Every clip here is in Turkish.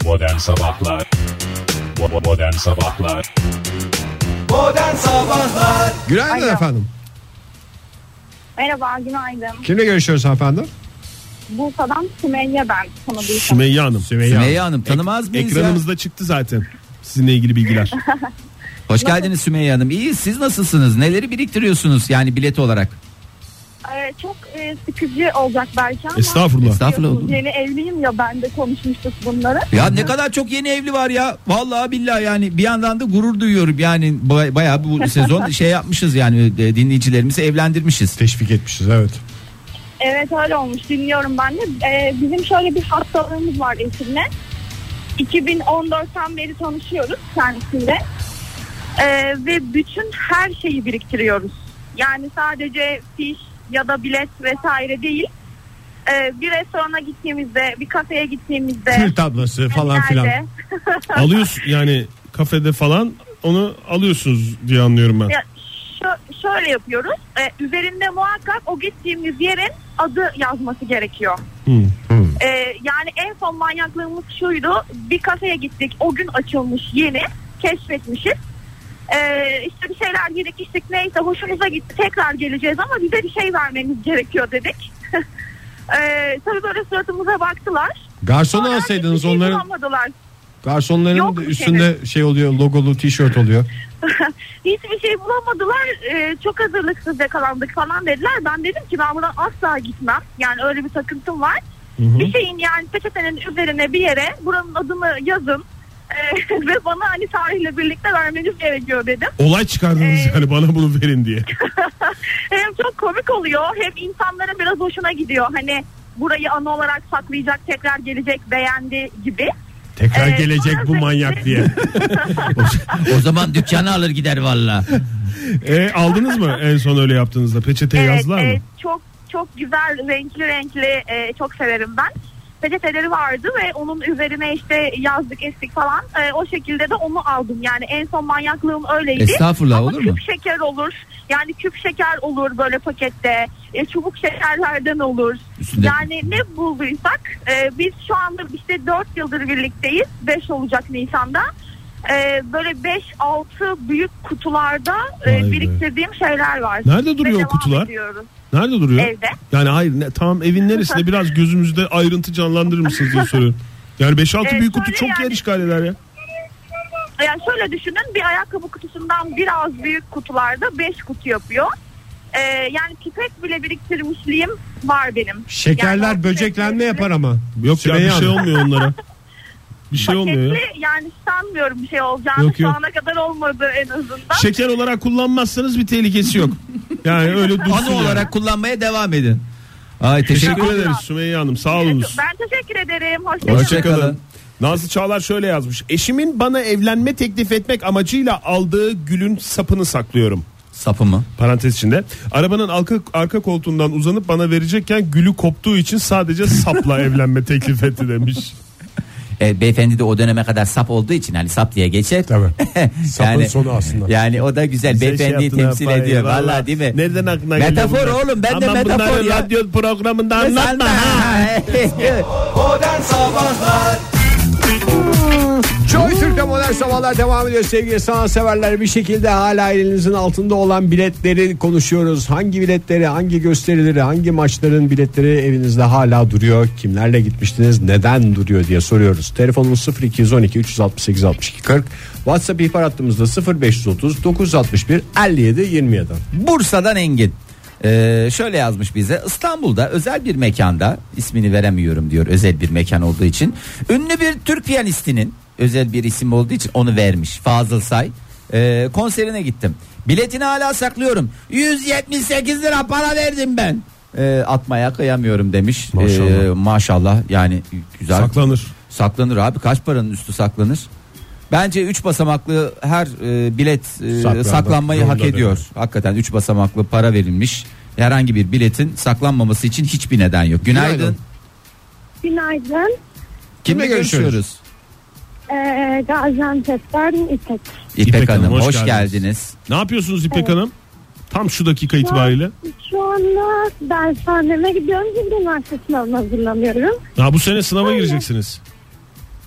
Modern Sabahlar. Modern Sabahlar. Modern Sabahlar. Günaydın Alo. efendim. Merhaba, günaydın. Kimle görüşüyoruz hanımefendi? Bursa'dan Sümeyye ben. Tanıdıysam. Sümeyye Hanım. Sümeyye Hanım tanımaz mıyız ya? Ekranımızda çıktı zaten sizinle ilgili bilgiler. Hoş geldiniz Sümeyye Hanım. İyiyiz, siz nasılsınız? Neleri biriktiriyorsunuz yani bilet olarak? Çok sıkıcı olacak belki ama. Estağfurullah. Estağfurullah olur mu? Yeni evliyim ya, ben de konuşmuştuk bunları. Ya ne kadar çok yeni evli var ya. Vallahi billahi yani bir yandan da gurur duyuyorum. Yani bayağı bu sezon şey yapmışız yani dinleyicilerimizi evlendirmişiz. Teşvik etmişiz, evet. Evet, öyle olmuş, dinliyorum ben de. Bizim şöyle bir hastalığımız var eşimle. 2014'ten beri tanışıyoruz kendisiyle. Ve bütün her şeyi biriktiriyoruz. Yani sadece fiş ya da bilet vesaire değil. Bir restorana gittiğimizde, bir kafeye gittiğimizde, Kül tablası falan filan. Alıyorsun yani kafede falan onu alıyorsunuz diye anlıyorum ben. Ya, şöyle yapıyoruz. Üzerinde muhakkak o gittiğimiz yerin adı yazması gerekiyor. Yani en son manyaklığımız şuydu. Bir kafeye gittik. O gün açılmış, yeni. Keşfetmişiz. İşte bir şeyler yedik, içtik, neyse hoşumuza gitti, tekrar geleceğiz ama bize bir şey vermeniz gerekiyor dedik. Tabii böyle suratımıza baktılar. Garsonu Sonra alsaydınız hiçbir şey onların. bulamadılar. Garsonların Yok da bir üstünde şey oluyor, logolu tişört oluyor. Hiçbir şey bulamadılar. Çok hazırlıksız yakalandık falan dediler. Ben dedim ki ben buradan asla gitmem. Yani öyle bir takıntım var. Bir şeyin yani peçetenin üzerine bir yere buranın adını yazın. Ve bana hani tarihle birlikte vermeniz gerekiyor dedim. Olay çıkardınız yani bana bunu verin diye. Hem çok komik oluyor, hem insanların biraz hoşuna gidiyor. Hani burayı anı olarak saklayacak, tekrar gelecek, beğendi gibi. Tekrar gelecek sonra bu manyak diye. O zaman dükkanı alır gider valla. Aldınız mı en son öyle yaptığınızda? Peçeteye yazdılar mı? Çok güzel, renkli çok severim ben. Peçeteleri vardı ve onun üzerine işte yazdık, estik falan. O şekilde de onu aldım. Yani en son manyaklığım öyleydi. Estağfurullah, ama olur mu? küp şeker olur. Yani küp şeker olur böyle pakette. Çubuk şekerlerden olur. Üstünde. Yani ne bulduysak. Biz şu anda işte 4 yıldır birlikteyiz. 5 olacak Nisan'da. Böyle 5-6 büyük kutularda Vay be. biriktirdiğim şeyler var. Nerede duruyor Ve o devam kutular? ediyoruz. Nerede duruyor? Evde. Yani hayır tamam, evin neresinde biraz gözümüzde ayrıntı canlandırır mısınız diye soruyorum. Yani 5-6 büyük kutu şöyle çok yani- yer işgal eder ya. Yani şöyle düşünün, bir ayakkabı kutusundan biraz büyük kutularda 5 kutu yapıyor. Yani pipet bile biriktirmişliğim var benim. Şekerler Yani o böceklenme pipetleri- yapar ama. Yok ya, bir Sümeyye şey Hanım. olmuyor onlara. Bir şey olmuyor ya. Paketli yani sanmıyorum bir şey olacağını. Yok, Şu yok. ana kadar olmadı en azından. Şeker olarak kullanmazsanız bir tehlikesi yok. Yani öyle dursun. Anı yani. olarak kullanmaya devam edin. Ay Teşekkür teşekkür ederim. ederiz Sümeyye Hanım, sağ olunuz. Ben teşekkür ederim. Hoşçakalın. Hoşçakalın. Nazlı Çağlar şöyle yazmış. Eşimin bana evlenme teklif etmek amacıyla aldığı gülün sapını saklıyorum. Sapı mı? Parantez içinde. Arabanın arka koltuğundan uzanıp bana verecekken gülü koptuğu için sadece sapla evlenme teklif etti demiş. Beyefendi de o döneme kadar sap olduğu için hani sap diye geçer. Tabii. Sapın sonu aslında. Yani o da güzel, Bize beyefendiyi şey yaptın temsil ha, ediyor. vallahi. Vallahi değil mi? Nereden aklına geliyor Metafor bunlar? oğlum, ben de Aman metafor bunları ya. radyo programında anlatma. ha. Modern Sabahlar. Joy Türk'te modern sabahlar devam ediyor sevgili sanatseverler. Bir şekilde hala elinizin altında olan biletleri konuşuyoruz. Hangi biletleri, hangi gösterileri, hangi maçların biletleri evinizde hala duruyor? Kimlerle gitmiştiniz, neden duruyor diye soruyoruz. Telefonumuz 0212 368 62 40. WhatsApp ihbar hattımızda 0530 961 57 27. Bursa'dan Engin. Şöyle yazmış bize: İstanbul'da özel bir mekanda, ismini veremiyorum diyor özel bir mekan olduğu için, ünlü bir Türk piyanistinin, özel bir isim olduğu için onu vermiş, Fazıl Say, konserine gittim, biletini hala saklıyorum, 178 lira para verdim ben, atmaya kıyamıyorum demiş. Maşallah. Maşallah yani güzel. Saklanır Abi, kaç paranın üstü saklanır? Bence 3 basamaklı her bilet saklanmayı hak ediyor. Hakikaten 3 basamaklı para verilmiş. Herhangi bir biletin saklanmaması için hiçbir neden yok. Günaydın. Günaydın. Kimle görüşüyoruz? Gaziantep'ten İpek. İpek Hanım, hoş geldiniz. geldiniz. Ne yapıyorsunuz İpek Hanım? Tam şu dakika itibariyle. Şu anda dershaneme gidiyorum. Bir üniversite sınavına hazırlanıyorum. Bu sene sınava gireceksiniz.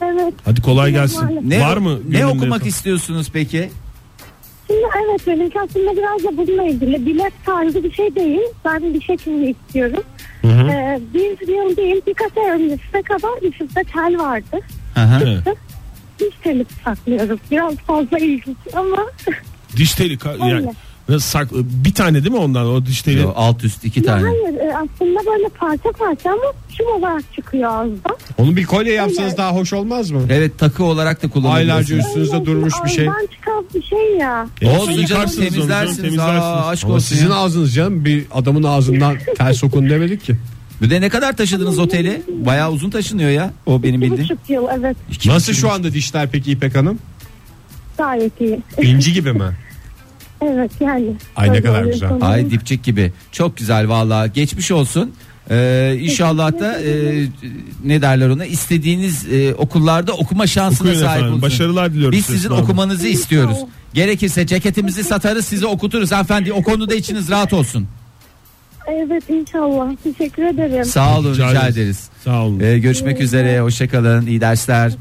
Evet. Hadi kolay gelsin. Maalesef. Var mı? Ne gönlünde okumak yapın? istiyorsunuz peki? Şimdi evet benimki aslında biraz da bununla ilgili. Bilet tarzı bir şey değil. Ben diş hekimliği istiyorum. Bir yıl değil birkaç ay öncesine kadar dişimde tel vardı. Hı. Diş teli saklıyoruz. Biraz fazla ilginç ama Diş teli yani Öyle. bir tane değil mi ondan o diş teli? Yo, alt üst 2 tane. hayır aslında böyle parça parça ama şum olarak çıkıyor ağızdan. Onu bir kolye yapsanız daha hoş olmaz mı? Evet, takı olarak da Aylarca kullanabilirsiniz. üstünüzde durmuş bir şey. Ağızdan çıkan bir şey ya. Olsun canım, Yıkarsınız onu, temizlersiniz. Aşk Ama olsun. sizin ya. ağzınız canım, bir adamın ağzından tel sokun demedik ki. Bir de ne kadar taşıdınız oteli? Bayağı uzun taşınıyor ya. O benim bildiğim. 2,5 yıl evet. Nasıl şu anda dişler peki İpek Hanım? Gayet iyi. İnci gibi mi? Evet yani. Ay ne Öyle kadar oluyor güzel. sanırım. Ay dipçik gibi. Çok güzel vallahi. Geçmiş olsun. İnşallah da ne derler ona, istediğiniz okullarda okuma şansına Okuyun sahip efendim. olursunuz. Başarılar diliyoruz. Biz sizin Esma Hanım. okumanızı istiyoruz. Gerekirse ceketimizi satarız, sizi okuturuz hanımefendi. O konuda içiniz rahat olsun. Evet inşallah. Teşekkür ederim. Sağ olun, Rica rica ederiz. ederiz. Sağ olun. Görüşmek üzere, hoşçakalın, iyi dersler.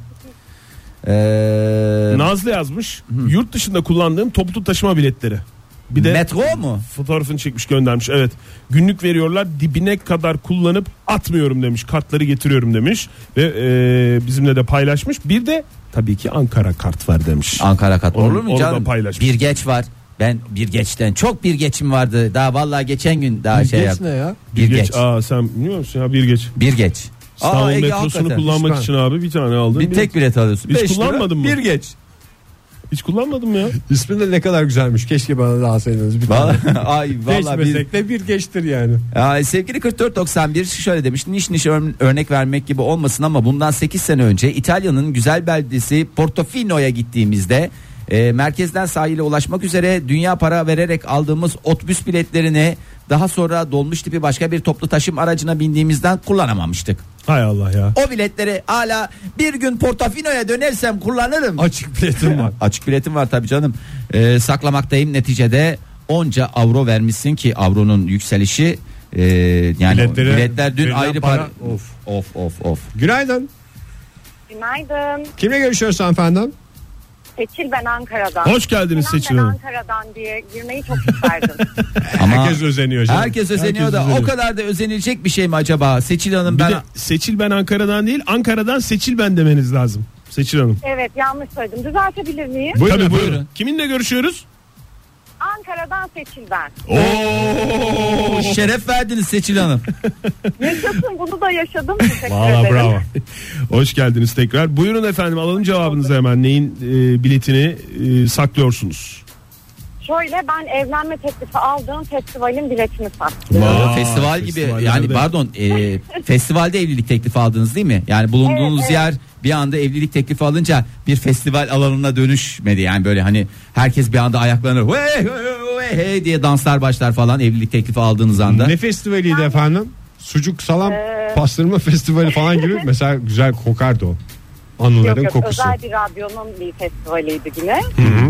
Nazlı yazmış. Yurt dışında kullandığım toplu taşıma biletleri. Bir de Metro mu? fotoğrafını çekmiş göndermiş. Evet. Günlük veriyorlar, dibine kadar kullanıp atmıyorum demiş. Kartları getiriyorum demiş ve bizimle de paylaşmış. Bir de tabii ki Ankara kart var demiş. Ankara kat olur mu Onu da canım? paylaşmış. Bir geç var. Ben bir geçten çok bir geçim vardı. Daha vallahi geçen gün daha şey Geç yaptım. ne ya? Bir geç. Aa sen biliyor musun ya, bir geç. Bir geç. İstanbul Ege, metrosunu hakikaten. kullanmak Lütfen. için abi bir tane aldım. Bir tek bilet alıyorsun. Hiç 5 lira, kullanmadın mı? Bir geç. Hiç kullanmadım ya. İsmi de ne kadar güzelmiş. Keşke bana da alsaydınız bir tane. Vallahi, ay vallahi bir... Geçmesek de bir geçtir yani. Sevgili 4491 şöyle demiş, niş örnek vermek gibi olmasın ama bundan 8 sene önce İtalya'nın güzel beldesi Portofino'ya gittiğimizde merkezden sahile ulaşmak üzere dünya para vererek aldığımız otobüs biletlerini daha sonra dolmuş tipi başka bir toplu taşıma aracına bindiğimizden kullanamamıştık. Hay Allah ya. O biletleri hala bir gün Portofino'ya dönersem kullanırım. Açık biletim var. Açık biletim var tabii canım. Saklamaktayım, neticede onca avro vermişsin ki avronun yükselişi yani Biletlere biletler dün verilen ayrı para, para. Of. Günaydın. Günaydın. Kimle görüşüyoruz hanımefendi? Seçil ben Ankara'dan. Hoş geldiniz İnan Seçil ben Hanım. Ankara'dan diye girmeyi çok isterdim. Ama Herkes özeniyor canım. herkes özeniyor Herkes da özeniyor. o kadar da özenilecek bir şey mi acaba? Seçil Hanım, Bir ben de Seçil ben Ankara'dan değil, Ankara'dan Seçil ben demeniz lazım. Seçil Hanım. Evet yanlış söyledim. Düzeltebilir miyim? Buyurun, Tabii buyurun. Kiminle görüşüyoruz? Ankara'dan Seçil ben. Oo, şeref verdiniz Seçil Hanım. Yaşasın, bunu da yaşadım. Teşekkür Valla ederim. bravo. Hoş geldiniz tekrar. Buyurun efendim, alalım cevabınızı hemen. Neyin biletini saklıyorsunuz? Şöyle, ben evlenme teklifi aldığım festivalin biletini sattım. Festival gibi festivallerde. yani, pardon, festivalde evlilik teklifi aldınız değil mi? Yani bulunduğunuz Evet, yer bir anda evlilik teklifi alınca bir festival alanına dönüşmedi. Yani böyle hani herkes bir anda ayaklanır, hey, hey, hey, hey diye danslar başlar falan evlilik teklifi aldığınız anda. Ne festivaliydi efendim? Sucuk, salam, pastırma festivali falan gibi. Mesela güzel kokardı o. Anıların Yok, kokusu. özel bir radyonun bir festivaliydi yine.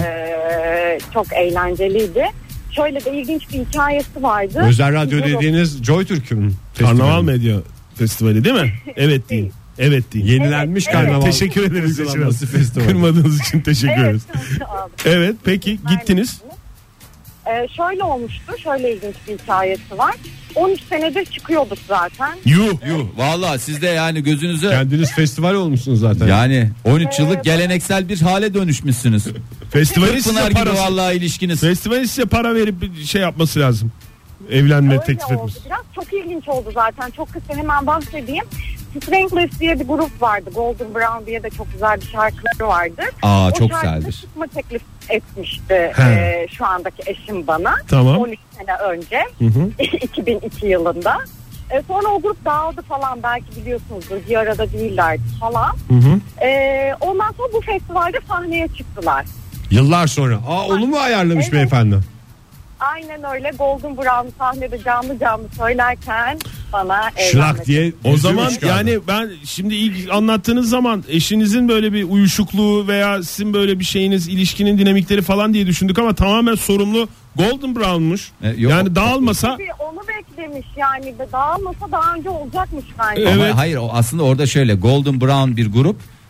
Çok eğlenceliydi. Şöyle de ilginç bir hikayesi vardı. Özel radyo dediğiniz Joy Türk'ün Karnaval festivali. Medya Festivali değil mi? Evet deyin. Evet deyin. Yenilenmiş Evet, karnaval. Teşekkür ederiz Seçil Hanım. Uygulanması festivali. Kırmadığınız için teşekkür ederiz. aldım. Evet peki gittiniz. Şöyle olmuştu. Şöyle ilginç bir hikayesi var. 13 senedir çıkıyorduk zaten. Yuh. Vallahi siz de yani gözünüzü Kendiniz festival olmuşsunuz zaten. yani 13 yıllık geleneksel bir hale dönüşmüşsünüz. Festivali Pınar size gibi para, vallahi ilişkiniz. festivali size para verip bir şey yapması lazım. Evlenme Öyle teklif oldu. etmiş. Biraz çok ilginç oldu zaten. Çok kısa hemen bahsedeyim. Stranglers diye bir grup vardı. Golden Brown diye de çok güzel bir şarkıları vardı. Aa, O çok şarkıda güzeldir. çıkma teklif etmişti şu andaki eşim bana. Tamam. 13 sene önce. 2002 yılında. Sonra o grup dağıldı falan, belki biliyorsunuzdur, bir arada değillerdi falan. Ondan sonra bu festivalde sahneye çıktılar. Yıllar sonra. Onu mu ayarlamış Evet. beyefendi? Aynen öyle, Golden Brown sahnede canlı canlı söylerken bana Şlak diye. O zaman yüzüğü çıkardı. yani ben şimdi ilk anlattığınız zaman eşinizin böyle bir uyuşukluğu veya sizin böyle bir şeyiniz, ilişkinin dinamikleri falan diye düşündük ama tamamen sorumlu Golden Brown'muş. Yok. Yani dağılmasa Tabii onu beklemiş yani, dağılmasa daha önce olacakmış bence. Evet. Ama hayır, o aslında orada şöyle, Golden Brown bir grup,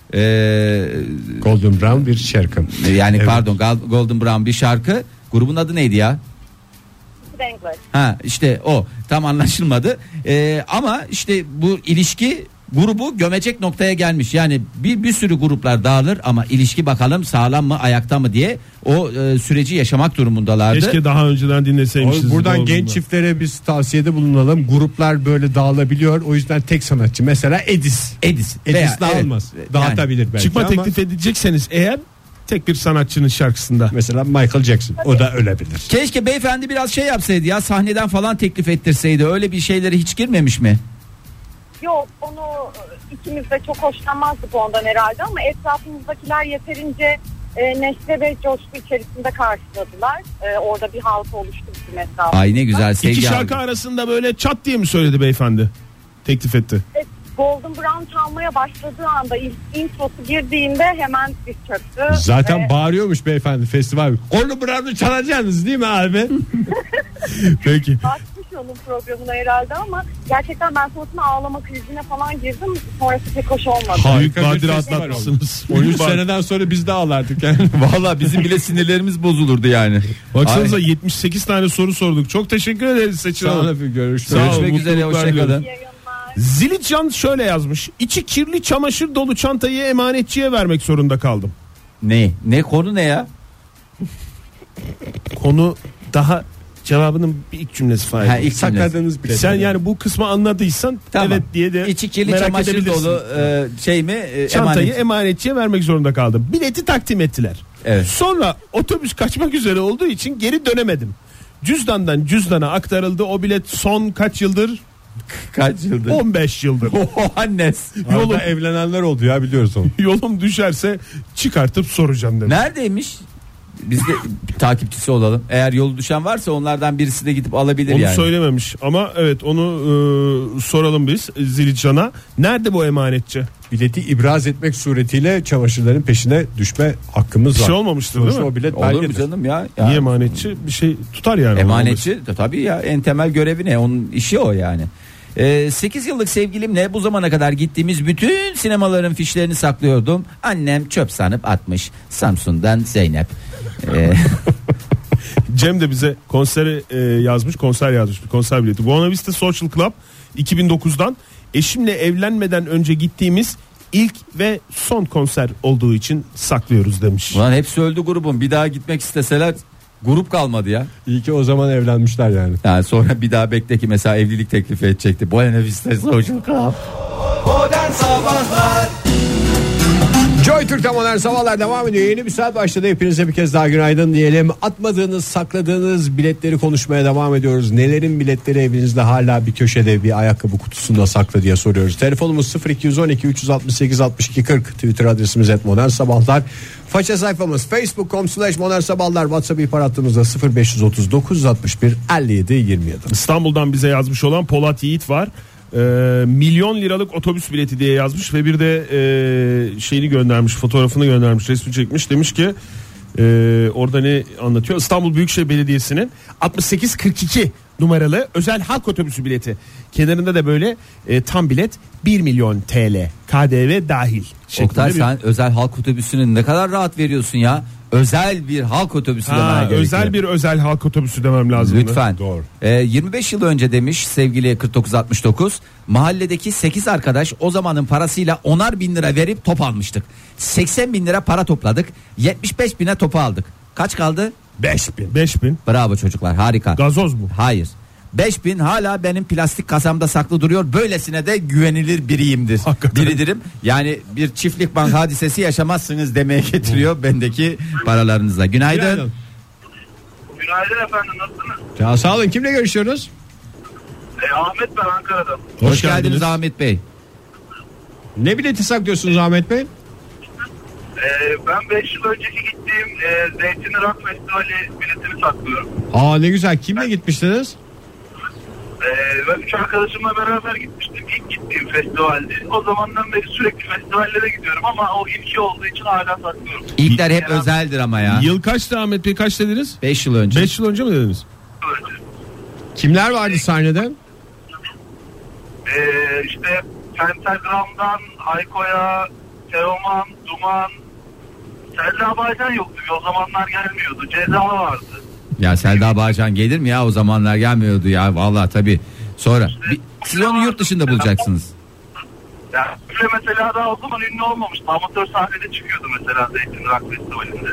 Golden Brown bir şarkı. Yani Evet. pardon, Golden Brown bir şarkı. Grubun adı neydi ya? Renkler. Ha işte o tam anlaşılmadı. Ama işte bu ilişki grubu gömecek noktaya gelmiş. Yani bir sürü gruplar dağılır ama ilişki bakalım sağlam mı, ayakta mı diye o süreci yaşamak durumundalardı. Keşke daha önceden dinleseymişiz. Buradan genç Golden'da. çiftlere biz tavsiyede bulunalım. Gruplar böyle dağılabiliyor. O yüzden tek sanatçı. Mesela Edis. Edis dağılmaz. evet. Dağıtabilir belki Çıkma ama teklif edecekseniz eğer tek bir sanatçının şarkısında. mesela Michael Jackson. O da ölebilir. Keşke beyefendi biraz şey yapsaydı ya, sahneden falan teklif ettirseydi. Öyle bir şeylere hiç girmemiş mi? Yok, onu ikimiz de çok hoşlanmazdık ondan herhalde ama etrafımızdakiler yeterince neşe ve coşku içerisinde karşıladılar. Orada bir halka oluştu bizim etrafımızda. Ay ne güzel, sevgi İki şarkı aldı. arasında böyle çat diye mi söyledi beyefendi? Teklif etti. Golden Brown çalmaya başladığı anda introsu girdiğinde hemen diz çöktü. Zaten bağırıyormuş beyefendi festival. Golden Brown'u çalacaksınız değil mi abi? Peki. Bakmış onun programına herhalde ama gerçekten ben sonrasında ağlama krizine falan girdim. Sonrası pek hoş olmadı. Büyük Harika bir badire festival atlatmışsınız. 13 seneden sonra biz de ağlardık yani. Valla bizim bile sinirlerimiz bozulurdu yani. Baksanıza Ay. 78 tane soru sorduk. Çok teşekkür ederiz Seçil Sağ Hanım. olun, görüşmek Sağ olun, Görüşmek üzere, mutluluklar hoşçakalın. diliyorum. Yayınlar. Zilitcan şöyle yazmış. İçi kirli çamaşır dolu çantayı emanetçiye vermek zorunda kaldım. Ne konu ne ya? Konu daha cevabının bir ilk cümlesi falan. Ha, ilk Sakladığınız biletleri. Sen yani bu kısmı anladıysan Tamam. evet diye de İçi kirli merak çamaşır edebilirsin. dolu şey mi? Çantayı Emanet. emanetçiye vermek zorunda kaldım. Bileti takdim ettiler. Evet. Sonra otobüs kaçmak üzere olduğu için geri dönemedim. Cüzdandan cüzdana aktarıldı. O bilet son kaç yıldır? Kaç yıldır? 15 yıldır. Annes. Yolda evlenenler oldu ya, biliyoruz onu. Yolum düşerse çıkartıp soracağım dedim. Neredeymiş? Biz de takipçisi olalım. Eğer yolu düşen varsa onlardan birisi de gidip alabilir Onu yani. söylememiş ama evet onu soralım biz Zilitcan'a. Nerede bu emanetçi? Bileti ibraz etmek suretiyle çamaşırların peşine düşme hakkımız Bir var. şey olmamıştır Sonuçta değil mi? o bilet Olur mu belgedir. canım ya? Niye emanetçi? Bir şey tutar yani. Emanetçi tabii ya, en temel görevi ne? Onun işi o yani. 8 yıllık sevgilimle bu zamana kadar gittiğimiz bütün sinemaların fişlerini saklıyordum. Annem çöp sanıp atmış. Samsun'dan Zeynep. Cem de bize konseri yazmış, konser yazmış, bir konser bileti. Buena Vista Social Club 2009'dan eşimle evlenmeden önce gittiğimiz ilk ve son konser olduğu için saklıyoruz demiş. Ulan hepsi öldü grubun. Bir daha gitmek isteseler grup kalmadı ya. İyi ki o zaman evlenmişler yani. Yani sonra bir daha bekle ki mesela evlilik teklifi edecekti. Buena Vista Social Club. Modern Sabahlar. Joy Türk'te modern sabahlar devam ediyor. Yeni bir saat başladı. Hepinize bir kez daha günaydın diyelim. Atmadığınız, sakladığınız biletleri konuşmaya devam ediyoruz. Nelerin biletleri evinizde hala bir köşede, bir ayakkabı kutusunda saklı diye soruyoruz. Telefonumuz 0212 368 62 40. Twitter adresimiz @modernsabahlar. Faça sayfamız facebook.com/modernsabahlar. WhatsApp ihbar hattımızda 0539 61 57 27. İstanbul'dan bize yazmış olan Polat Yiğit var. Milyon liralık otobüs bileti diye yazmış ve bir de şeyini göndermiş, fotoğrafını göndermiş, resmi çekmiş, demiş ki orada ne anlatıyor? İstanbul Büyükşehir Belediyesi'nin 6842 numaralı özel halk otobüsü bileti. Kenarında da böyle tam bilet 1 milyon TL KDV dahil. Oktay bir- sen özel halk otobüsünü ne kadar rahat veriyorsun ya. Özel bir halk otobüsü demeye gerekiyor. özel bir özel halk otobüsü demem lazım. Lütfen. Doğru. 25 yıl önce demiş sevgili 4969, mahalledeki 8 arkadaş o zamanın parasıyla 10'ar bin lira verip top almıştık. 80 bin lira para topladık. 75 bine topu aldık. Kaç kaldı? 5000. 5000. Bravo çocuklar, harika. Gazoz mu? Hayır. 5000 hala benim plastik kasamda saklı duruyor. Böylesine de güvenilir biriyimdir. Hakikaten. Biridirim. Yani bir çiftlik bank hadisesi yaşamazsınız demeye getiriyor bendeki paralarınızla. Günaydın. Günaydın efendim, nasılsınız? Ya sağ olun, kimle görüşüyoruz? Ahmet ben Ankara'dan. Hoş geldiniz Ahmet Bey. Ne bileti saklıyorsunuz Ahmet Bey? Ben 5 yıl önceki gittiğim Zeytinli Rock Festivali biletini saklıyorum. Aa ne güzel, kimle gitmiştiniz? Ben 3 arkadaşımla beraber gitmiştim. İlk gittiğim festivaldi. O zamandan beri sürekli festivallere gidiyorum ama o ilki olduğu için hala saklıyorum. İlkler hep özeldir ama ya. Yıl kaçtı Ahmet Bey, kaç dediniz? 5 yıl önce. 5 yıl önce mi dediniz? Kimler vardı sahnede? İşte Pentagram'dan Hayko'ya, Teoman, Duman, Selda Bağcan yoktu. O zamanlar gelmiyordu. Ceza vardı. Ya Selda Bağcan gelir mi ya, o zamanlar gelmiyordu ya vallahi tabii. Sonra siz onu yurt dışında bulacaksınız. Ya öyle mesela daha o zaman ünlü olmamıştı. Amatör sahnede çıkıyordu mesela Zeytin Rock Festivali'nde.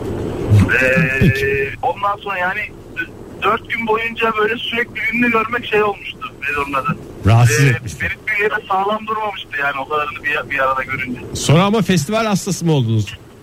Ondan sonra yani 4 gün boyunca böyle sürekli ünlü görmek şey olmuştu. Ne onun adı? Rahatsız etmiş. Benim bir yere sağlam durmamıştı yani o kadarını bir arada görünce. Sonra ama festival hastası mı oldunuz?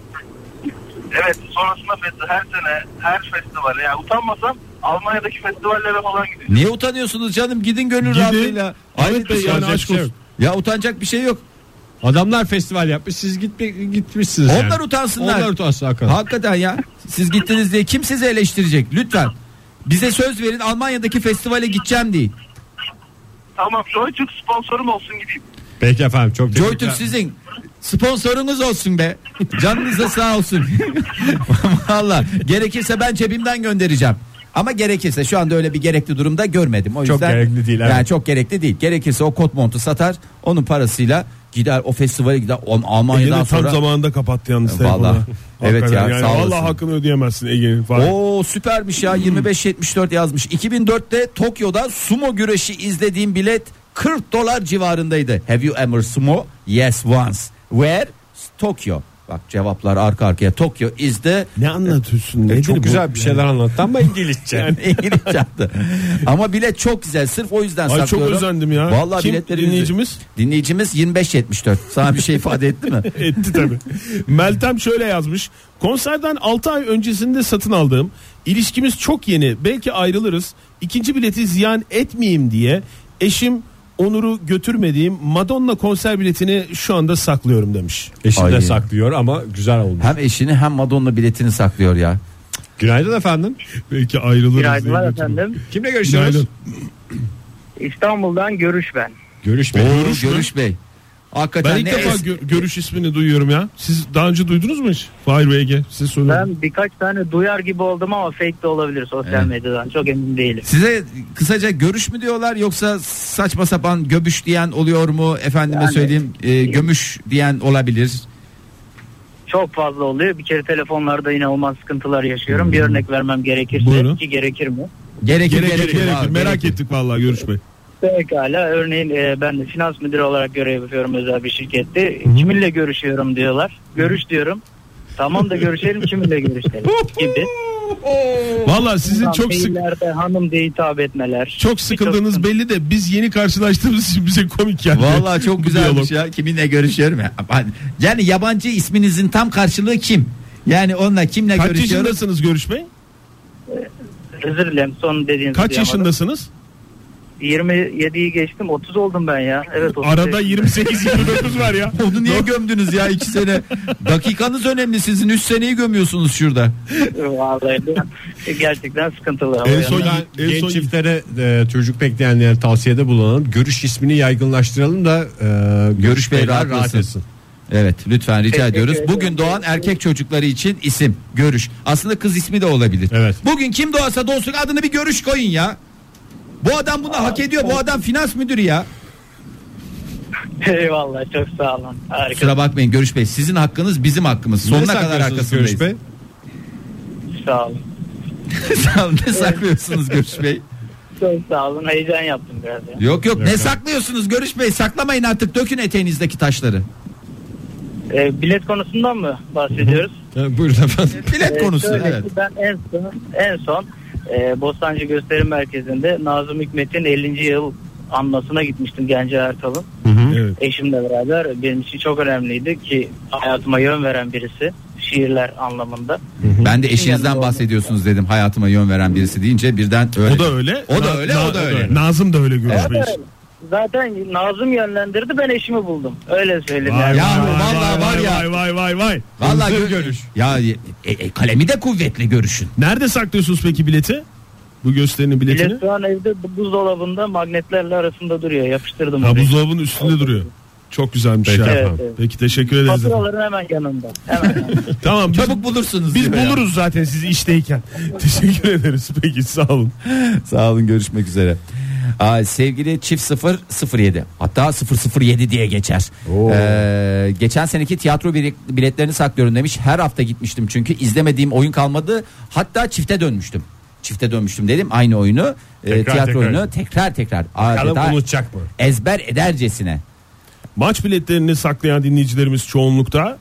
Evet, sonrasında her sene her festivale yani utanmasam Almanya'daki festivallere falan gidiyorum. Niye utanıyorsunuz canım, gidin gönül Gidin. rahatlığıyla. Evet de yani aşk olsun. Ya utanacak bir şey yok. Adamlar festival yapmış, siz gitmişsiniz. Onlar yani. utansınlar. Onlar utansın hakikaten. Hakikaten ya. Siz gittiniz diye kim sizi eleştirecek? Lütfen. Bize söz verin, Almanya'daki festivale gideceğim deyin. Tamam, Joytürk sponsorum olsun gideyim. Peki efendim, çok teşekkürler. Joytürk sizin sponsorunuz olsun be. Canınıza sağ olsun. Valla gerekirse ben cebimden göndereceğim. Ama gerekirse şu anda öyle bir gerekli durumda görmedim. O yüzden, çok gerekli değil. Evet. Yani çok gerekli değil. Gerekirse o kot montu satar. Onun parasıyla gider o festivale gider. Almanya'dan Ege'nin sonra. tam zamanında kapattı yalnız telefonu. Vallahi. Evet ya, yani sağ olasın. vallahi hakkını ödeyemezsin Ege'nin falan. Oo süpermiş ya, 25.74 yazmış. 2004'te Tokyo'da sumo güreşi izlediğim bilet $40 civarındaydı. Have you ever sumo? Yes once. Where? Tokyo. Bak cevaplar arka arkaya. Tokyo is the... Ne anlatıyorsun? Nedir Çok bu? güzel bir şeyler anlattı ama İngilizce. Yani İngilizce attı. Ama bilet çok güzel. Sırf o yüzden Ay saklıyorum. çok özendim ya. Vallahi Kim biletleri dinleyicimiz? Dinleyicimiz 25.74. Sana bir şey ifade etti mi? Etti tabii. Meltem şöyle yazmış. Konserden 6 ay öncesinde satın aldığım, ilişkimiz çok yeni, belki ayrılırız, İkinci bileti ziyan etmeyeyim diye eşim Onur'u götürmediğim Madonna konser biletini şu anda saklıyorum demiş. Eşi Ay. de saklıyor ama güzel olmuş. Hem eşini hem Madonna biletini saklıyor ya. Günaydın efendim. Belki ayrılırız. Günaydınlar diye götürüyorum. efendim. Kimle görüşüyoruz? Günaydın. İstanbul'dan Görüş ben. Görüş Bey. Oo, Görüş Bey. Hakikaten Ben ilk ne defa görüş ismini duyuyorum ya. Siz daha önce duydunuz mu hiç? Fahir Bey, Ege, siz söyleyin. Ben birkaç tane duyar gibi oldum ama fake de olabilir sosyal Evet. medyadan. Çok emin değilim. Size kısaca görüş mü diyorlar, yoksa saçma sapan göbüş diyen oluyor mu? Efendime Yani- söyleyeyim gömüş diyen olabilir. Çok fazla oluyor. Bir kere telefonlarda inanılmaz sıkıntılar yaşıyorum. Bir örnek vermem gerekirse. Buyurun. Ki gerekir mi? Gerekir. Gerekir. Abi, Merak gerekir. ettik vallahi Görüş Bey. Pekala. Örneğin ben de finans müdürü olarak görev yapıyorum özel bir şirkette. Kiminle görüşüyorum diyorlar. Görüş diyorum. Tamam da görüşelim, kiminle görüşelim gibi. Vallahi sizin çok Maillerde hanım diye hitap etmeler. çok sıkıldığınız belli de biz yeni karşılaştığımız için bize komik yani. Vallahi çok Bu güzelmiş diyalog. ya. Kiminle görüşüyorum ya. Yani yabancı isminizin tam karşılığı kim? Yani onunla kimle Kaç görüşüyorum? yaşındasınız Görüş Bey? Özür dilerim, son dediğinizi Kaç duyamadım. yaşındasınız? 27'yi geçtim, 30 oldum ben ya. Evet, 30 Arada 28-29 var ya. Onu niye gömdünüz ya 2 sene? Dakikanız önemli, sizin 3 seneyi gömüyorsunuz şurada. Vallahi gerçekten sıkıntılı. En son- Buradan en genç son- çiftlere çocuk bekleyenlere tavsiyede bulunalım. Görüş ismini yaygınlaştıralım da Görüş Bey beyler rahat etsin. etsin. Evet lütfen rica Teşekkür ediyoruz. ederim. Bugün doğan erkek çocukları için isim Görüş. Aslında kız ismi de olabilir. Evet. Bugün kim doğarsa doğsun adını bir Görüş koyun ya. Bu adam bunu hak ediyor. Bu adam finans müdürü ya. Eyvallah, çok sağ olun. Harika. Kusura bakmayın Görüş Bey. Sizin hakkınız bizim hakkımız. Ne Sonuna kadar saklıyorsunuz arkasındayız. Görüş Bey? Sağ olun. Sağ olun. Ne saklıyorsunuz Görüş Bey? Çok sağ olun. Heyecan yaptım biraz ya. Yok ne saklıyorsunuz Görüş Bey? Saklamayın artık, dökün eteğinizdeki taşları. Bilet konusundan mı bahsediyoruz? Buyurun efendim. Bilet konusu Şöyle evet. ki ben en son Bostancı Gösterim Merkezi'nde Nazım Hikmet'in 50. yıl anmasına gitmiştim, Gence Ertal'ın. Evet. Eşimle beraber. Benim için çok önemliydi ki hayatıma yön veren birisi. Şiirler anlamında. Ben de eşinizden bahsediyorsunuz dedim, hayatıma yön veren birisi deyince birden öyle. O da öyle. O da öyle, o da öyle. Nazım da öyle Görüş Bey. Evet. Zaten Nazım yönlendirdi, ben eşimi buldum. Öyle söyleyeyim. Vay, yani. Ya vay, vallahi vay, var ya. Vay vay vay vay. Vallahi Hızlı Görüş. Ya kalemi de kuvvetli Görüş'ün. Nerede saklıyorsunuz peki bileti? Bu gösterinin biletini? Bilet şu an evde buzdolabında magnetlerle arasında duruyor. Yapıştırdım. Ha, oraya. buzdolabının üstünde duruyor. Çok güzelmiş Peki ya. efendim. Evet. Peki teşekkür ederiz. efendim. Faturaların hemen yanında. Hemen yanında. Tamam biz, Çabuk bulursunuz. biz diyor ya. buluruz zaten sizi işteyken. Teşekkür ederiz. Peki sağ olun. Sağ olun, görüşmek üzere. Sevgili çift 007 hatta 007 diye geçer. Geçen seneki tiyatro biletlerini saklıyorum demiş. Her hafta gitmiştim çünkü izlemediğim oyun kalmadı. Hatta çifte dönmüştüm dedim aynı oyunu tiyatro oyunu tekrar adeta unutacak mı? ezber edercesine. Maç biletlerini saklayan dinleyicilerimiz çoğunlukta.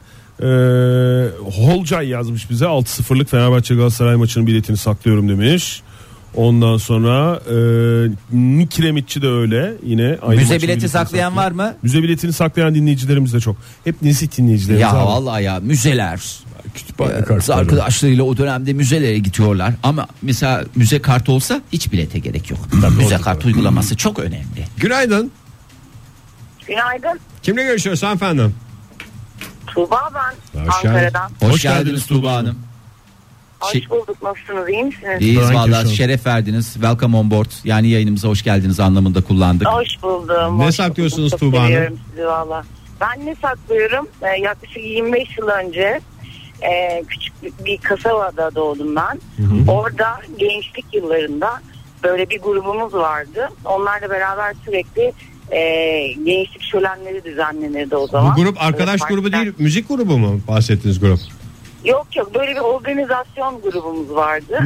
Holcay yazmış bize 6-0'lık Fenerbahçe Galatasaray maçının biletini saklıyorum demiş. Ondan sonra Nikremitçi de öyle yine. Aynı Müze bileti saklayan saklıyor. var mı? Müze biletini saklayan dinleyicilerimiz de çok. Hep nesit dinleyicilerimiz. Ya abi. vallahi ya müzeler. Kütüphane kartları. Arkadaşlarıyla o dönemde müzelere gidiyorlar ama mesela müze kartı olsa hiç bilete gerek yok. Müze kartı uygulaması çok önemli. Günaydın. Günaydın. Kimle görüşüyoruz efendim? Tuğba ben. Hoş geldin. Ankara'dan. Hoş geldiniz Tuğba Hanım. Hoş bulduk. Nasılsınız? İyi misiniz? İyiyiz Thank you, valla sir. şeref verdiniz. Welcome on board. Yani yayınımıza hoş geldiniz anlamında kullandık. Hoş buldum. Ne Hoş saklıyorsunuz bulduk. Tuğba Hanım? Çok seviyorum sizi valla. Ben ne saklıyorum? Yaklaşık 25 yıl önce küçük bir kasabada doğdum ben. Orada gençlik yıllarında böyle bir grubumuz vardı. Onlarla beraber sürekli gençlik şölenleri düzenlenirdi o zaman. Bu grup arkadaş Böyle grubu partiler- değil, müzik grubu mu bahsettiğiniz grup? Yok böyle bir organizasyon grubumuz vardı.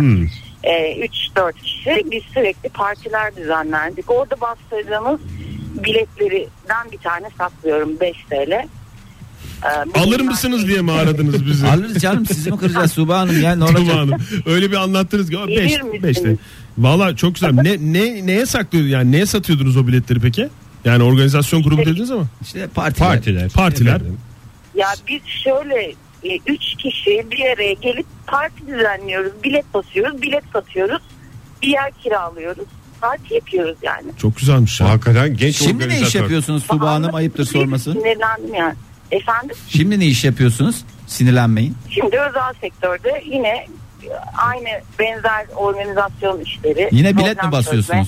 3-4 kişi biz sürekli partiler düzenlerdik. Orada bastırdığımız biletlerden bir tane saklıyorum 5 TL. Alır mısınız diye mi aradınız bizi? Alırız canım sizi mi kıracağız Tuğba Hanım ya ne Tuğba olacak? Hanım. Öyle bir anlattınız ki Gelir 5 misiniz? Valla çok güzel. Neye saklıyordunuz yani neye satıyordunuz o biletleri peki? Yani organizasyon grubu dediniz ama. İşte partiler. Partiler. Efendim. Ya biz şöyle 3 kişi bir araya gelip parti düzenliyoruz. Bilet basıyoruz, bilet satıyoruz. Bir yer kiralıyoruz. Parti yapıyoruz yani. Çok güzelmiş ya. Hakikaten genç Şimdi ne iş organizatör. yapıyorsunuz Tuğba Hanım ayıptır sorması. Sinirlendim yani. Efendim? Şimdi ne iş yapıyorsunuz? Sinirlenmeyin. Şimdi özel sektörde yine aynı benzer organizasyon işleri. Yine bilet mi Program basıyorsunuz?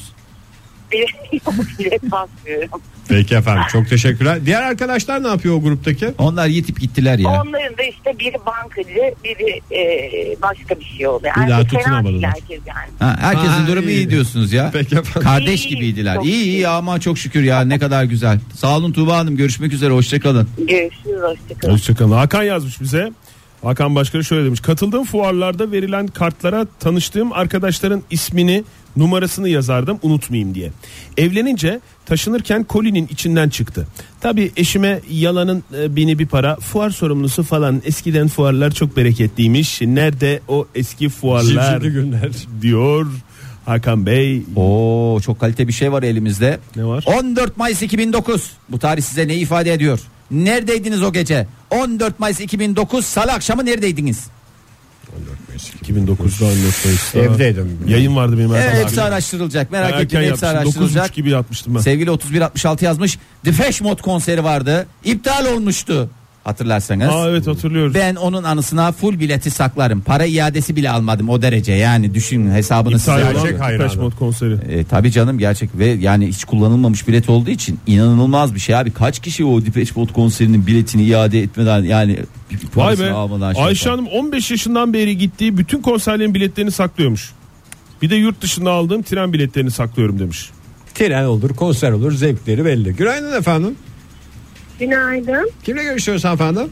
Bilet basmıyorum. Peki efendim, çok teşekkürler. Diğer arkadaşlar ne yapıyor o gruptaki? Onlar yitip gittiler ya. Onların da işte biri bankacı, biri başka bir şey oldu. Bir daha Yani fena tutunamadın. değil herkes yani. Ha, herkesin Ha, durumu iyi. iyi diyorsunuz ya. Peki efendim. Kardeş İyi, gibiydiler. çok İyi iyi. ama çok şükür ya ne kadar güzel. Sağ olun Tuğba Hanım görüşmek üzere hoşçakalın. Görüşürüz, hoşçakalın. Hoşçakalın. Hakan yazmış bize. Hakan Başkanı şöyle demiş. Katıldığım fuarlarda verilen kartlara tanıştığım arkadaşların ismini, numarasını yazardım unutmayayım diye. Evlenince taşınırken kolinin içinden çıktı. Tabii eşime yalanın bini bir para, fuar sorumlusu falan, eskiden fuarlar çok bereketliymiş. Nerede o eski fuarlar Zincirli günler. diyor Hakan Bey. Oo çok kalite bir şey var elimizde. Ne var? 14 Mayıs 2009. Bu tarih size ne ifade ediyor? Neredeydiniz o gece? 14 Mayıs 2009 Salı akşamı neredeydiniz? 2009'da 14 Mayıs'ta. Evdeydim. Yayın vardı benim. Evet, Erkan hepsi abi. araştırılacak. Merak Erken etmeyin hepsi yapmıştım. 9.30 araştırılacak. gibi yapmıştım ben. Sevgili 3166 yazmış. Depeche Mode konseri vardı. İptal olmuştu. Hatırlarsanız. Aa, evet hatırlıyoruz. Ben onun anısına full bileti saklarım. Para iadesi bile almadım o derece. Yani düşünün hesabını size İptal açıyorum. olan Depeche Mode konseri. Tabii canım gerçek ve yani hiç kullanılmamış bilet olduğu için inanılmaz bir şey abi. Kaç kişi o Depeche Mode konserinin biletini iade etmeden yani Vay parasını be. almadan şey Ayşe yapar. Hanım 15 yaşından beri gittiği bütün konserlerin biletlerini saklıyormuş. Bir de yurt dışında aldığım tren biletlerini saklıyorum demiş. Tren olur, konser olur, zevkleri belli. Günaydın efendim. Günaydın. Kimle görüşüyoruz efendim?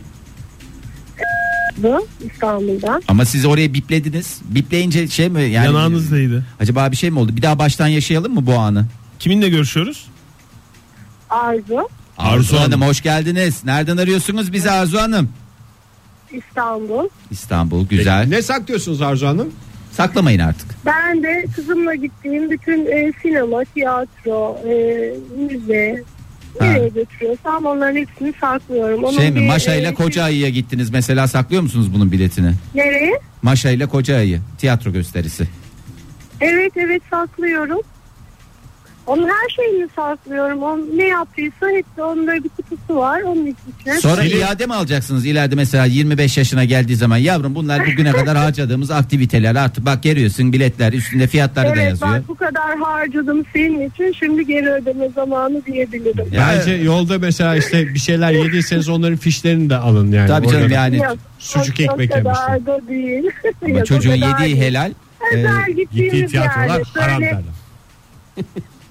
Bu İstanbul'da. Ama siz oraya biplediniz. Bipleyince şey mi yani Yanağınızdaydı. acaba bir şey mi oldu? Bir daha baştan yaşayalım mı bu anı? Kiminle görüşüyoruz? Arzu. Arzu Hanım. Hanım hoş geldiniz. Nereden arıyorsunuz bizi Arzu Hanım? İstanbul. İstanbul güzel. Ne saklıyorsunuz Arzu Hanım? Saklamayın artık. Ben de kızımla gittiğim bütün sinema, tiyatro, müze nereye götürüyorsam onların hepsini saklıyorum. Onun Şey mi bir, Maşa ile Koca Ayı'ya gittiniz mesela saklıyor musunuz bunun biletini? Nereye? Maşa ile Koca Ayı tiyatro gösterisi. Evet saklıyorum. Onun her şeyini saklıyorum. O ne yaptıysa hepsi onda bir kutusu var. Onun içine. Sonra iade mi alacaksınız ileride mesela 25 yaşına geldiği zaman yavrum bunlar bugüne kadar harcadığımız aktiviteler artık bak görüyorsun biletler üstünde fiyatları da Evet yazıyor. bak bu kadar harcadım senin için şimdi geri ödeme zamanı diyebilirim. Bence yolda mesela işte bir şeyler yediyseniz onların fişlerini de alın yani. Tabii canım Orada yani Yok, sucuk o ekmek kadar da değil. ama Yok, o çocuğun kadar yediği değil. helal. Özel gittiği gittiğimiz tiyatrolar yerde haram böyle derler.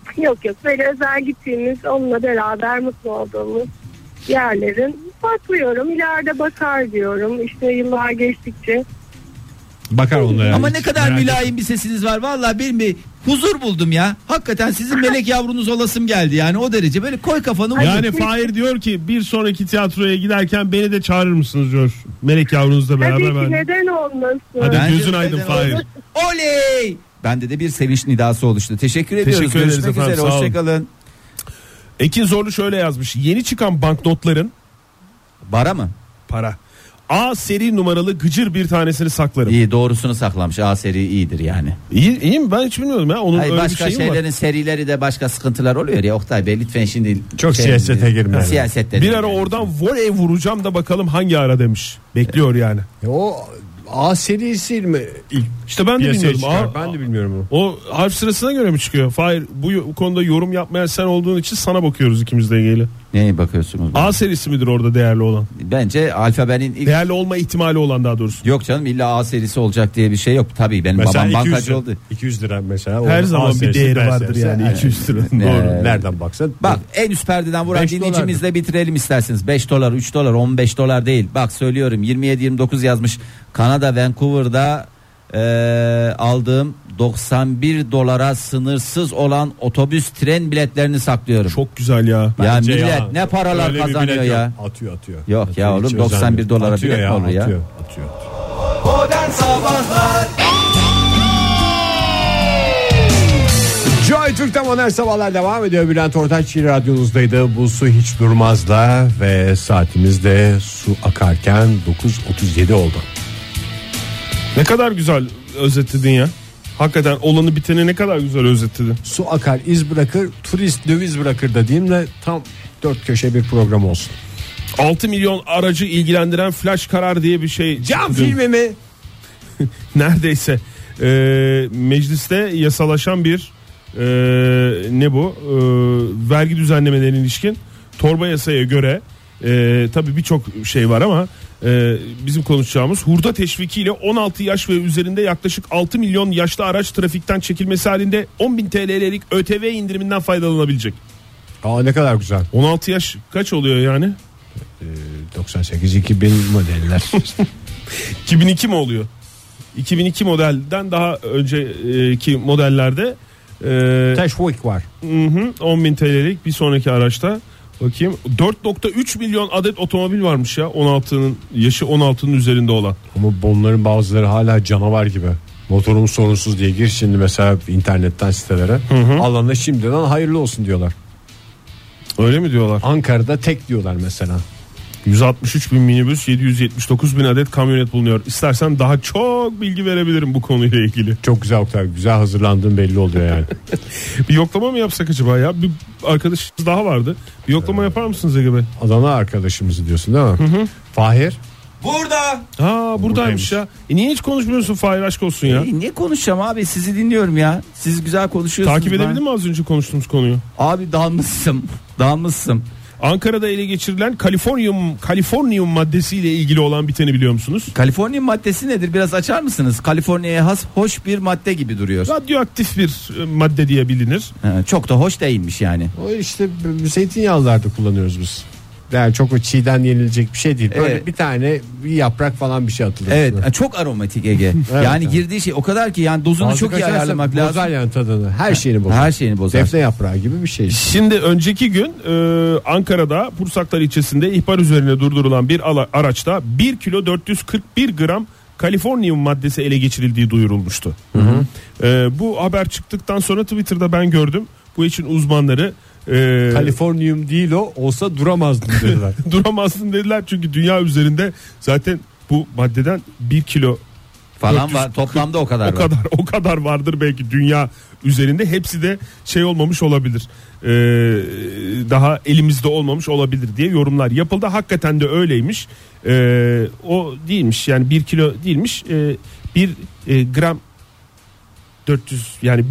Yok böyle özel gittiğimiz, onunla beraber mutlu olduğumuz yerlerin saklıyorum. İleride bakar diyorum. İşte yıllar geçtikçe. Bakar onlara. Ama ne kadar mülayim bir sesiniz var. Vallahi benim bir huzur buldum ya. Hakikaten sizin melek yavrunuz olasım geldi yani, o derece. Böyle koy kafanı. Yani Fahir diyor ki bir sonraki tiyatroya giderken beni de çağırır mısınız diyor. Melek yavrunuzla beraber. Tabii ki, neden olmasın. Hadi Bence gözün aydın Fahir. Oley! Bende de bir sevinç nidası oluştu. Teşekkür ediyoruz. Teşekkür ederiz Görüşmek efendim, üzere. sağ olun. Hoşçakalın. Ekin Zorlu şöyle yazmış. Yeni çıkan banknotların Bara mı? para. A seri numaralı gıcır bir tanesini saklarım. İyi, doğrusunu saklamış. A seri iyidir yani. İyi mi? Ben hiç bilmiyorum ya. Onun Hayır, öyle başka bir şeyi şeylerin var. serileri de başka sıkıntılar oluyor ya Oktay Bey, lütfen şimdi Çok siyasete girme. Siyasette Bir ara oradan voley vuracağım da bakalım hangi ara demiş. Bekliyor yani. O A serisi mi ilk İşte ben de piyasaya bilmiyorum. çıkar? Ben de bilmiyorum onu. O harf sırasına göre mi çıkıyor? Hayır, bu konuda yorum yapmayan sen olduğun için sana bakıyoruz ikimiz de ilgili. Neye bakıyorsunuz? A serisi midir orada değerli olan? Bence alfabenin ilk... Değerli olma ihtimali olan daha doğrusu. Yok canım, illa A serisi olacak diye bir şey yok. Tabii benim Mesela babam 200 bankacı lira, oldu. 200 lira mesela. Her Onun zaman A bir serisi, değeri B vardır serisi. yani, 200 lira. Doğru. Nereden baksan. Bak en üst perdeden vuran 5 dinleyicimizle bitirelim isterseniz. 5 dolar, 3 dolar, 15 dolar değil. Bak söylüyorum, 27-29 yazmış. Kanada Vancouver'da aldığım 91 dolara sınırsız olan otobüs tren biletlerini saklıyorum. Çok güzel ya. Ya Bence millet ya. ne paralar Öyle bir kazanıyor bilet ya. yok. Atıyor. Yok Atıyor, ya hiç oğlum, 91 özenmiyor. dolara Atıyor bilet mi olur ya? Atıyor. Modern Sabahlar. Joy Türk'te Modern Sabahlar devam ediyor. Bülent Ortaç radyonuzdaydı. Bu su hiç durmazla ve saatimizde su akarken 9.37 oldu. Ne kadar güzel özetledin ya. Hakikaten olanı biteni ne kadar güzel özetledin. Su akar, iz bırakır, turist döviz bırakır da diyeyim de tam dört köşe bir program olsun. 6 milyon aracı ilgilendiren flash karar diye bir şey. Cam filmi mi? Neredeyse mecliste yasalaşan bir ne bu vergi düzenlemelerine ilişkin torba yasaya göre tabii birçok şey var ama bizim konuşacağımız hurda teşvikiyle 16 yaş ve üzerinde yaklaşık 6 milyon yaşlı araç trafikten çekilmesi halinde 10.000 TL'lik ÖTV indiriminden faydalanabilecek. Aa, ne kadar güzel. 16 yaş kaç oluyor yani? 98-2000 modeller. 2002 mi oluyor? 2002 modelden daha önceki modellerde Teşvik var. 10.000 TL'lik bir sonraki araçta bakayım 4.3 milyon adet otomobil varmış ya 16'nın yaşı 16'nın üzerinde olan. Ama bunların bazıları hala canavar gibi. Motorum sorunsuz diye gir şimdi mesela internetten sitelere. Allah'ına şimdiden hayırlı olsun diyorlar. Öyle mi diyorlar? Ankara'da tek diyorlar mesela. 163 bin minibüs, 779 bin adet kamyonet bulunuyor. İstersen daha çok bilgi verebilirim bu konuyla ilgili. Çok güzel Oktay, güzel hazırlandığın belli oluyor yani. Bir yoklama mı yapsak acaba ya? Bir arkadaşımız daha vardı. Bir yoklama yapar mısınız Ege Bey? Adana arkadaşımızı diyorsun değil mi? Fahir. Burada. Buradaymış ya. Niye hiç konuşmuyorsun Fahir, aşk olsun ya? Ne konuşacağım abi, sizi dinliyorum ya. Siz güzel konuşuyorsunuz. Takip edebildin mi az önce konuştuğumuz konuyu? Abi dalmışsın. Ankara'da ele geçirilen kaliforniyum maddesiyle ilgili olan biteni biliyor musunuz? Kaliforniya maddesi nedir? Biraz açar mısınız? Kaliforniya'ya has hoş bir madde gibi duruyor. Radyoaktif bir madde diye bilinir. Çok da hoş değilmiş yani. O işte zeytinyağlılarda kullanıyoruz biz. Yani çok o çiğden yenilecek bir şey değil. Böyle Evet. bir tane bir yaprak falan bir şey atılır. Evet, çok aromatik Ege. Yani evet. girdiği şey o kadar ki yani dozunu Fazla çok iyi kaçarsa ayarlamak bozar lazım. yani tadını. Her şeyini bozar. Her şeyini bozar. Defne yaprağı gibi bir şey. Şimdi önceki gün Ankara'da Pursaklar ilçesinde ihbar üzerine durdurulan bir araçta 1 kilo 441 gram kaliforniyum maddesi ele geçirildiği duyurulmuştu. Bu haber çıktıktan sonra Twitter'da ben gördüm. Bu için uzmanları Kaliforniyum değil o, olsa duramazdın dediler. duramazdın dediler çünkü dünya üzerinde zaten bu maddeden 1 kilo Falan var. Toplamda o kadar var. o kadar vardır belki dünya üzerinde. Hepsi de şey olmamış olabilir. Daha elimizde olmamış olabilir diye yorumlar yapıldı. Hakikaten de öyleymiş. O değilmiş yani 1 kilo değilmiş. 1 gram 400 yani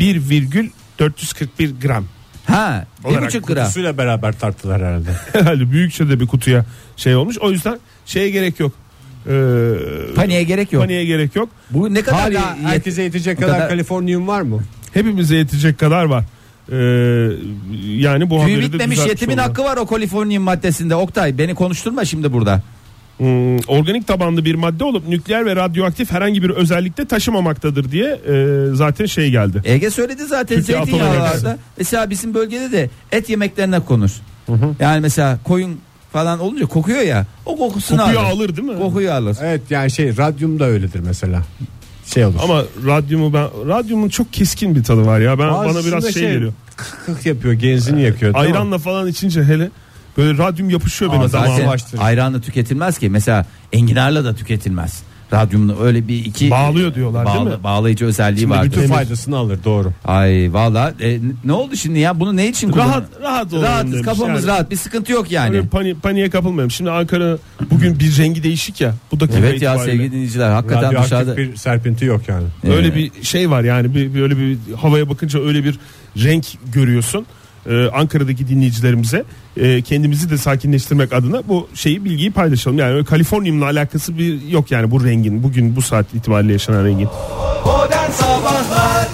1,441 gram. Ha, Olarak 1,5 gram. Kutusuyla beraber tarttılar herhalde. Herhalde büyükçe de bir kutuya şey olmuş. O yüzden şeye gerek yok. Paniğe gerek yok. Paniğe gerek yok. Bu ne kadar Hala herkese yetecek kadar Kaliforniyum var mı? Hepimize yetecek kadar var. Yani bu Tüy haberi de bitmemiş düzeltmiş yetimin oldular. hakkı var o koliforniyum maddesinde. Oktay beni konuşturma şimdi burada. Organik tabanlı bir madde olup nükleer ve radyoaktif herhangi bir özellikte taşımamaktadır diye zaten şey geldi. Ege söyledi zaten, Türkiye Atom zeytinyağlarda. Enerjisi. Mesela bizim bölgede de et yemeklerine konur. Yani mesela koyun falan olunca kokuyor ya. O kokusunu Kokuyu alır. alır değil mi? Kokuyu alır. Evet yani radyum da öyledir mesela. Olur. Ama radyumun çok keskin bir tadı var ya. Bana biraz şey geliyor. Kık yapıyor, genzini yakıyor. Ayranla falan içince hele böyle radyum yapışıyor benim Zaten damağıma. ayranla tüketilmez ki. Mesela enginarla da tüketilmez. Radyumla öyle bir iki bağlıyor diyorlar değil mi? Bağlayıcı özelliği Şimdi var. bütün faydasını alır, doğru. Ay valla ne oldu şimdi ya? Bunu ne için kullanıyoruz? Rahat olalım Rahatız, demiş. kafamız Yani. rahat. Bir sıkıntı yok yani. Öyle paniğe kapılmayalım. Şimdi Ankara bugün bir rengi değişik ya. Bu dakika Evet ya itibariyle. sevgili dinleyiciler, hakikaten Radyoaktif dışarıda bir serpinti yok yani. Öyle bir şey var yani öyle bir havaya bakınca öyle bir renk görüyorsun. Ankara'daki dinleyicilerimize kendimizi de sakinleştirmek adına bu bilgiyi paylaşalım. Yani Kaliforniyumla alakası yok yani bu rengin, bugün bu saat itibariyle yaşanan rengin. Modern Sabahlar.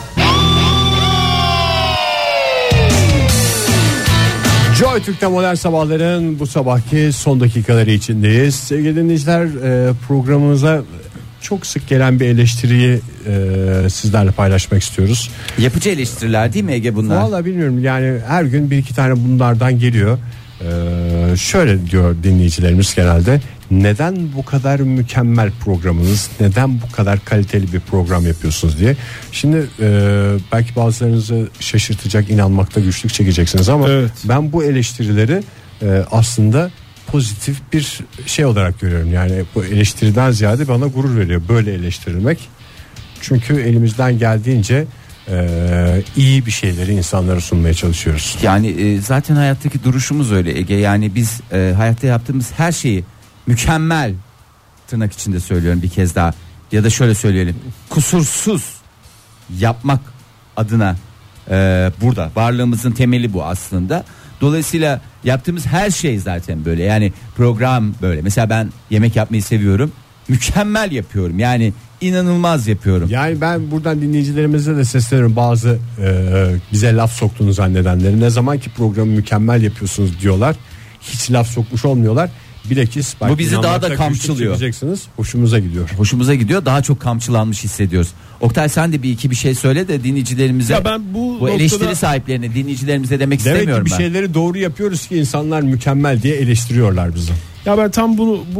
Joy Türk'te Modern Sabahların bu sabahki son dakikaları içindeyiz. Sevgili dinleyiciler, programımıza çok sık gelen bir eleştiriyi sizlerle paylaşmak istiyoruz. yapıcı eleştiriler değil mi Ege bunlar? Vallahi bilmiyorum yani her gün bir iki tane bunlardan geliyor. Şöyle diyor dinleyicilerimiz genelde: neden bu kadar mükemmel programınız, neden bu kadar kaliteli bir program yapıyorsunuz diye. Şimdi belki bazılarınızı şaşırtacak, inanmakta güçlük çekeceksiniz ama evet, ben bu eleştirileri aslında pozitif bir şey olarak görüyorum. Yani bu eleştiriden ziyade bana gurur veriyor böyle eleştirilmek. Çünkü elimizden geldiğince iyi bir şeyleri insanlara sunmaya çalışıyoruz. Yani zaten hayattaki duruşumuz öyle Ege. Yani biz hayatta yaptığımız her şeyi mükemmel, tırnak içinde söylüyorum bir kez daha, ya da şöyle söyleyelim, kusursuz yapmak adına burada varlığımızın temeli bu aslında. Dolayısıyla yaptığımız her şey zaten böyle. Yani program böyle. Mesela ben yemek yapmayı seviyorum. Mükemmel yapıyorum. Yani inanılmaz yapıyorum. Yani ben buradan dinleyicilerimize de sesleniyorum, bazı bize laf soktuğunu zannedenleri. Ne zaman ki programı mükemmel yapıyorsunuz diyorlar, hiç laf sokmuş olmuyorlar. Bilakis bu bizi daha da kamçılıyor. Hoşumuza gidiyor. Hoşumuza gidiyor. Daha çok kamçılanmış hissediyoruz. Oktay sen de bir şey söyle de dinleyicilerimize. Ya ben bu eleştiri sahiplerine, dinleyicilerimize demek demek istemiyorum ki bir ben. şeyleri doğru yapıyoruz ki insanlar mükemmel diye eleştiriyorlar bizi. Ya ben tam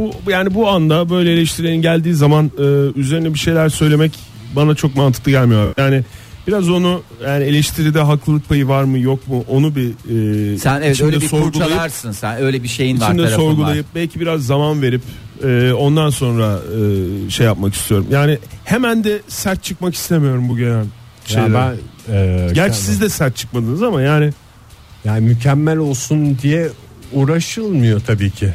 bu anda böyle eleştirilerin geldiği zaman üzerine bir şeyler söylemek bana çok mantıklı gelmiyor. Yani biraz onu, yani eleştiride haklılık payı var mı yok mu onu bir sen evet öyle bir sorgulayıp, kurcalarsın, sen öyle bir şeyin var, içinde tarafın sorgulayıp var. belki biraz zaman verip ondan sonra şey yapmak istiyorum. Yani hemen de sert çıkmak istemiyorum bu gelen şeyler. Gerçi siz de sert çıkmadınız ama yani mükemmel olsun diye uğraşılmıyor tabii ki.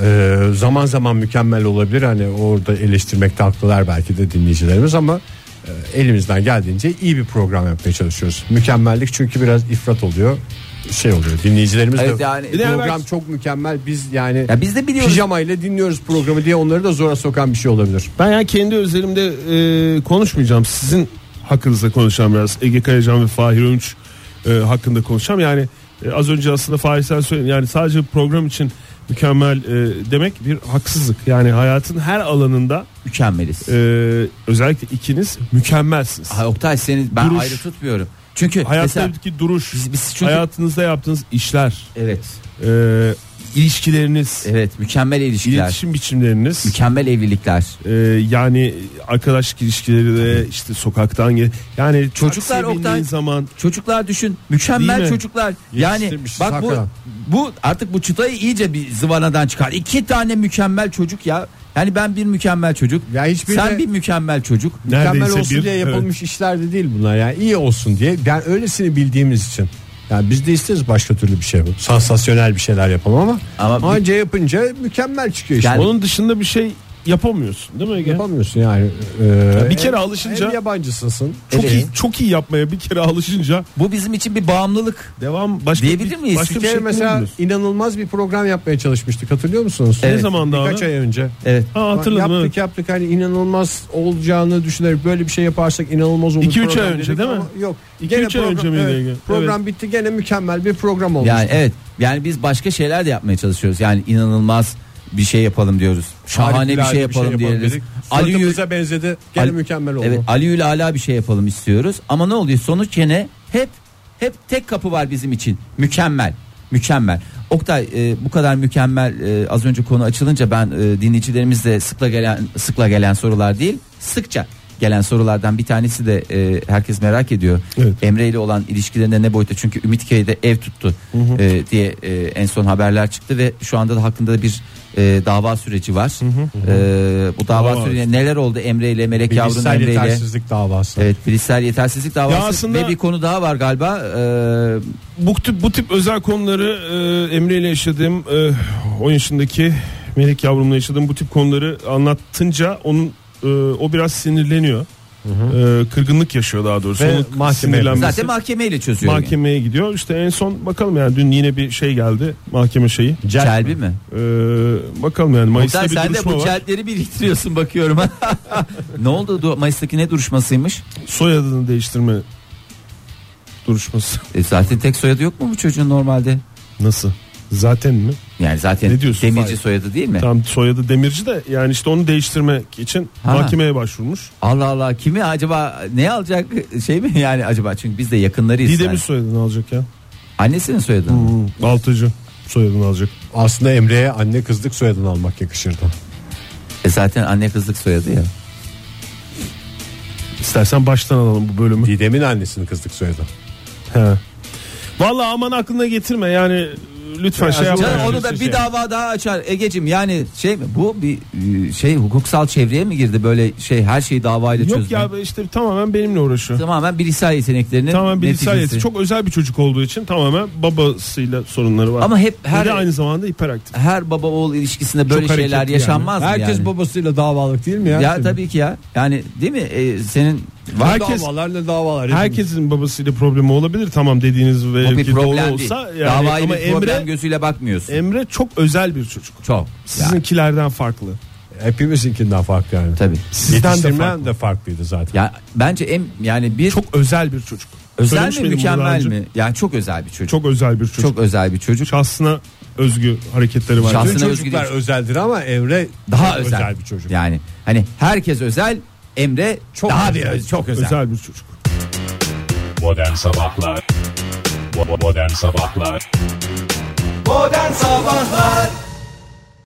Zaman zaman mükemmel olabilir, hani orada eleştirmekte haklılar belki de dinleyicilerimiz, ama elimizden geldiğince iyi bir program yapmaya çalışıyoruz. Mükemmellik çünkü biraz ifrat oluyor, dinleyicilerimiz Evet, de yani program çok mükemmel, biz yani ya biz de biliyoruz. pijama ile dinliyoruz programı diye onları da zora sokan bir şey olabilir. ben yani kendi özelimde konuşmayacağım, sizin hakkınızda konuşacağım, biraz Ege Kayacan ve Fahir Öğünç hakkında konuşacağım. Yani az önce aslında Fahir sen söyledin, yani sadece program için mükemmel demek bir haksızlık. Yani hayatın her alanında mükemmeliz. Özellikle ikiniz mükemmelsiniz. Oktay seni ben Duruş. ayrı tutmuyorum. Çünkü Hayattaki duruş, biz çünkü hayatınızda yaptığınız işler, evet. İlişkileriniz, Evet, mükemmel ilişkiler, iletişim biçimleriniz, mükemmel evlilikler. Yani arkadaşlık ilişkileri de işte sokaktan yani Çocuklar Oktay, zaman çocuklar düşün, Değil mükemmel mi? çocuklar. Yani Yetiştirmişiz bak hakikaten. bu artık bu çıtayı iyice bir zıvanadan çıkar. 2 tane mükemmel çocuk ya. Yani ben bir mükemmel çocuk. Ya hiçbiri sen de bir mükemmel çocuk. mükemmel Neredeyse olsun bir, diye yapılmış işler de değil bunlar, yani iyi olsun diye. Yani öylesini bildiğimiz için. Yani biz de isteriz başka türlü bir şey, bu sansasyonel bir şeyler yapalım ama Ama anca yapınca mükemmel çıkıyor işte. Yani- onun dışında bir şey yapamıyorsun değil mi Ege? Yapamıyorsun yani. Bir kere alışınca hem yabancısısın. çok iyi yapmaya bir kere alışınca Bu bizim için bir bağımlılık. devam başka Diyebilir miyiz? Başka Bir bir kere şey mesela bulmuyoruz. inanılmaz bir program yapmaya çalışmıştık, hatırlıyor musunuz? Ne zamandı abi? Birkaç ay önce. Evet. Ha, hatırladım. Yaptık hani inanılmaz olacağını düşünerek böyle bir şey yaparsak inanılmaz olur. 2-3 ay program önce dedik değil mi? ama Yok. 2-3 ay önce miydi Ege? Program bitti, gene mükemmel bir program olmuş. Yani evet. Yani biz başka şeyler de yapmaya çalışıyoruz. Yani inanılmaz bir şey yapalım diyoruz. Şahane bir şey yapalım diyoruz. Sırtımıza benzedi. Gene mükemmel oldu. Evet, Aliül Ala bir şey yapalım istiyoruz. Ama ne oluyor? Sonuç yine hep tek kapı var bizim için. Mükemmel. Oktay, bu kadar mükemmel, az önce konu açılınca ben dinleyicilerimizle sıkla gelen sorular değil, sıkça gelen sorulardan bir tanesi de herkes merak ediyor. Evet. Emre ile olan ilişkilerinde ne boyutta, çünkü Ümitköy'de ev tuttu diye en son haberler çıktı ve şu anda da hakkında bir dava süreci var. Bu dava sürecinde neler oldu Emre ile, Melek Yavru'nun Bilişsel Emre ile? yetersizlik davası. Evet, bilişsel yetersizlik davası aslında- ve bir konu daha var galiba. Bu tip özel konuları Emre ile yaşadığım 10 yaşındaki Melek yavrumla yaşadığım bu tip konuları anlatınca o biraz sinirleniyor. Kırgınlık yaşıyor daha doğrusu. Ve Onun mahkemeye- sinirlenmesi. Zaten mahkemeyle çözüyor. Mahkemeye gidiyor. İşte en son bakalım yani dün yine bir şey geldi. Mahkeme şeyi. Celbi mi? Bakalım yani Mayıs'ta Oktay, bir sen de duruşma bu var. celtleri biriktiriyorsun bakıyorum. Ne oldu? Mayıs'taki ne duruşmasıymış? Soyadını değiştirme duruşması. Zaten tek soyadı yok mu bu çocuğun normalde? Nasıl? Zaten mi? Yani zaten Ne diyorsun Demirci Fahir? soyadı değil mi? Tam soyadı Demirci de yani işte onu değiştirmek için mahkemeye başvurmuş. Allah Allah, kimi acaba, ne alacak şey mi yani acaba, çünkü biz de yakınlarıyız. Didem'in yani. soyadını alacak ya. Annesinin soyadını mı? Altıcı soyadını alacak. Aslında Emre'ye anne kızlık soyadını almak yakışırdı. Zaten anne kızlık soyadı ya. İstersen baştan alalım bu bölümü. Didem'in annesinin kızlık soyadı. He. Vallahi aman aklına getirme yani lütfen şey yapma. Canım, yani. onu da bir dava daha açar Egeciğim, yani şey mi bu, bir şey hukuksal çevreye mi girdi böyle şey, her şeyi davayla Yok çözme? ya işte tamamen benimle uğraşıyor. Tamamen bilişsel yeteneklerinin Tamamen bilgisayar neticesi. yetisi. Çok özel bir çocuk olduğu için tamamen babasıyla sorunları var. Ama hep Ve de aynı zamanda hiperaktif. her baba oğul ilişkisinde böyle Çok şeyler hareketli yaşanmaz mı Herkes yani? babasıyla davalık değil mi ya? Ya tabii ki ya. Yani değil mi? Senin var Ne davalar ne davalar. Herkesin babasıyla problemi olabilir, tamam dediğiniz ve o bir ki doğru problem değil. olsa yani, Davayı ama bir problem gözüyle bakmıyorsun. Emre çok özel bir çocuk. Çok. Sizinkilerden farklı. Hepimizinkinden farklı yani. Tabii. Sizden de Yetiştirmen farklı. de farklıydı zaten. Ya bence yani bir Çok özel bir çocuk. özel Söylemiş mi miydim bunu daha mükemmel önce? mi? Yani çok özel bir çocuk. Çok özel bir çocuk. Çok özel bir çocuk. Şahsına özgü hareketleri var. Şahsına Bütün özgü çocuklar değil. özeldir ama Emre Daha çok özel. bir çocuk. Yani hani herkes özel, Emre Çok daha özel. bir çok özel. Özel bir çocuk. Modern Sabahlar Modern Sabahlar Modern Sabahlar